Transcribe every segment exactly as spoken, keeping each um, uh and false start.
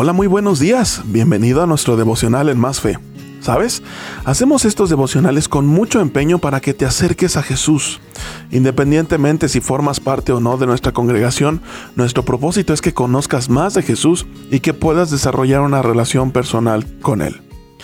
Hola, muy buenos días. Bienvenido a nuestro devocional en Más Fe. ¿Sabes? Hacemos estos devocionales con mucho empeño para que te acerques a Jesús. Independientemente si formas parte o no de nuestra congregación, nuestro propósito es que conozcas más de Jesús y que puedas desarrollar una relación personal con Él.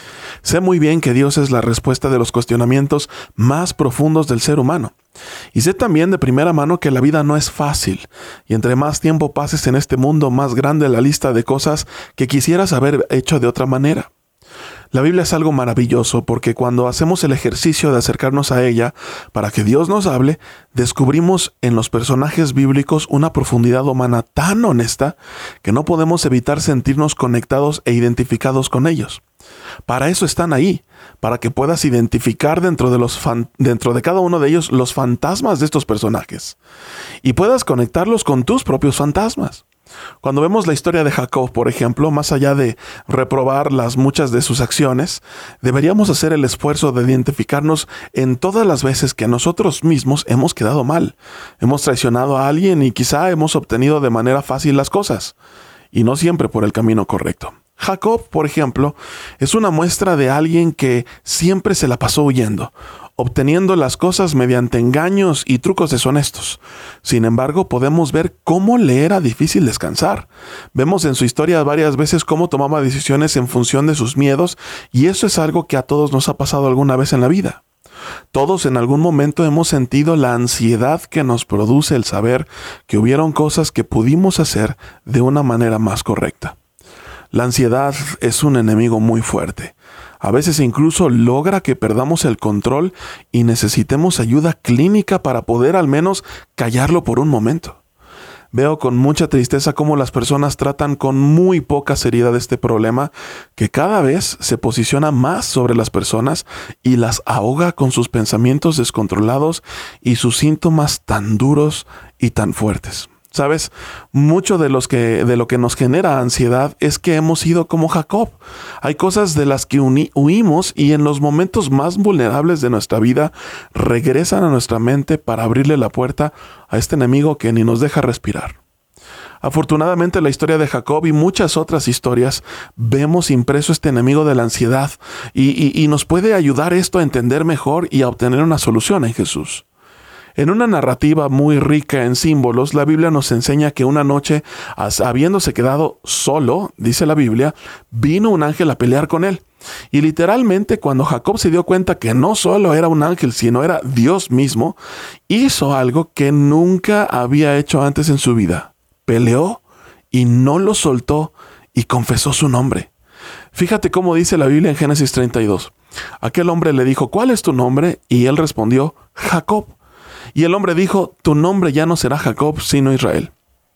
Sé muy bien que Dios es la respuesta de los cuestionamientos más profundos del ser humano. Y sé también de primera mano que la vida no es fácil, y entre más tiempo pases en este mundo, más grande la lista de cosas que quisieras haber hecho de otra manera. La Biblia es algo maravilloso porque cuando hacemos el ejercicio de acercarnos a ella para que Dios nos hable, descubrimos en los personajes bíblicos una profundidad humana tan honesta que no podemos evitar sentirnos conectados e identificados con ellos. Para eso están ahí, para que puedas identificar dentro de, los fan- dentro de cada uno de ellos los fantasmas de estos personajes y puedas conectarlos con tus propios fantasmas. Cuando vemos la historia de Jacob, por ejemplo, más allá de reprobar las muchas de sus acciones, deberíamos hacer el esfuerzo de identificarnos en todas las veces que nosotros mismos hemos quedado mal. Hemos traicionado a alguien y quizá hemos obtenido de manera fácil las cosas, y no siempre por el camino correcto. Jacob, por ejemplo, es una muestra de alguien que siempre se la pasó huyendo, obteniendo las cosas mediante engaños y trucos deshonestos. Sin embargo, podemos ver cómo le era difícil descansar. Vemos en su historia varias veces cómo tomaba decisiones en función de sus miedos, y eso es algo que a todos nos ha pasado alguna vez en la vida. Todos en algún momento hemos sentido la ansiedad que nos produce el saber que hubieron cosas que pudimos hacer de una manera más correcta. La ansiedad es un enemigo muy fuerte. A veces incluso logra que perdamos el control y necesitemos ayuda clínica para poder al menos callarlo por un momento. Veo con mucha tristeza cómo las personas tratan con muy poca seriedad este problema que cada vez se posiciona más sobre las personas y las ahoga con sus pensamientos descontrolados y sus síntomas tan duros y tan fuertes. ¿Sabes? Mucho de, los que, de lo que nos genera ansiedad es que hemos sido como Jacob. Hay cosas de las que uni, huimos y en los momentos más vulnerables de nuestra vida regresan a nuestra mente para abrirle la puerta a este enemigo que ni nos deja respirar. Afortunadamente, la historia de Jacob y muchas otras historias vemos impreso este enemigo de la ansiedad y, y, y nos puede ayudar esto a entender mejor y a obtener una solución en Jesús. En una narrativa muy rica en símbolos, la Biblia nos enseña que una noche, habiéndose quedado solo, dice la Biblia, vino un ángel a pelear con él. Y literalmente, cuando Jacob se dio cuenta que no solo era un ángel, sino era Dios mismo, hizo algo que nunca había hecho antes en su vida. Peleó y no lo soltó y confesó su nombre. Fíjate cómo dice la Biblia en Génesis treinta y dos. Aquel hombre le dijo, ¿cuál es tu nombre? Y él respondió, Jacob. Y el hombre dijo, tu nombre ya no será Jacob, sino Israel.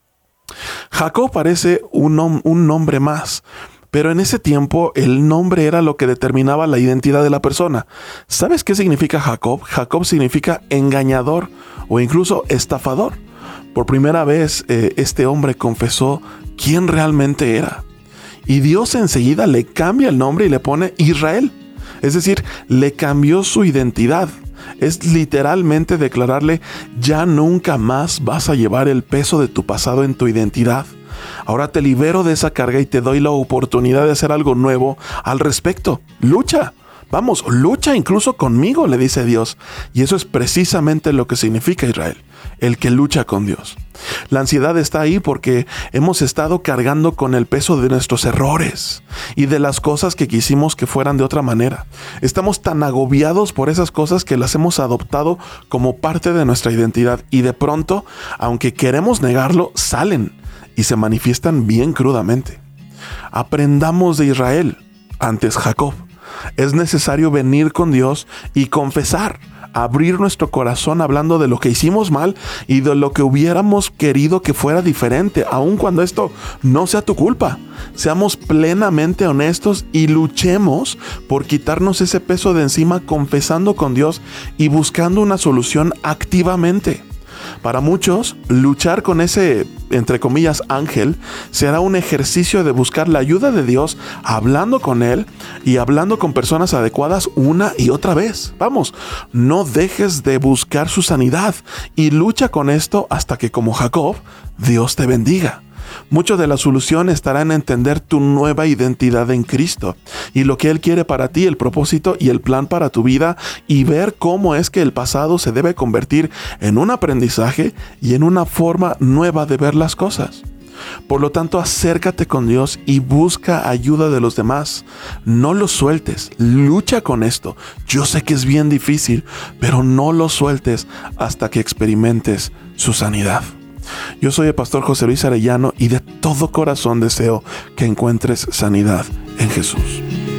Jacob parece un, nom- un nombre más, pero en ese tiempo el nombre era lo que determinaba la identidad de la persona. ¿Sabes qué significa Jacob? Jacob significa engañador o incluso estafador. Por primera vez eh, este hombre confesó quién realmente era. Y Dios enseguida le cambia el nombre y le pone Israel. Es decir, le cambió su identidad. Es literalmente declararle, ya nunca más vas a llevar el peso de tu pasado en tu identidad. Ahora te libero de esa carga y te doy la oportunidad de hacer algo nuevo al respecto. Lucha. Vamos, lucha incluso conmigo, le dice Dios. Y eso es precisamente lo que significa Israel, el que lucha con Dios. La ansiedad está ahí porque hemos estado cargando con el peso de nuestros errores y de las cosas que quisimos que fueran de otra manera. Estamos tan agobiados por esas cosas que las hemos adoptado como parte de nuestra identidad y de pronto, aunque queremos negarlo, salen y se manifiestan bien crudamente. Aprendamos de Israel, antes Jacob. Es necesario venir con Dios y confesar, abrir nuestro corazón hablando de lo que hicimos mal y de lo que hubiéramos querido que fuera diferente, aun cuando esto no sea tu culpa. Seamos plenamente honestos y luchemos por quitarnos ese peso de encima, confesando con Dios y buscando una solución activamente. Para muchos, luchar con ese, entre comillas, ángel, será un ejercicio de buscar la ayuda de Dios, hablando con Él y hablando con personas adecuadas una y otra vez. Vamos, no dejes de buscar su sanidad y lucha con esto hasta que, como Jacob, Dios te bendiga. Mucho de la solución estará en entender tu nueva identidad en Cristo y lo que Él quiere para ti, el propósito y el plan para tu vida, y ver cómo es que el pasado se debe convertir en un aprendizaje y en una forma nueva de ver las cosas. Por lo tanto, acércate con Dios y busca ayuda de los demás. No lo sueltes, lucha con esto. Yo sé que es bien difícil, pero no lo sueltes hasta que experimentes su sanidad. Yo soy el pastor José Luis Arellano y de todo corazón deseo que encuentres sanidad en Jesús.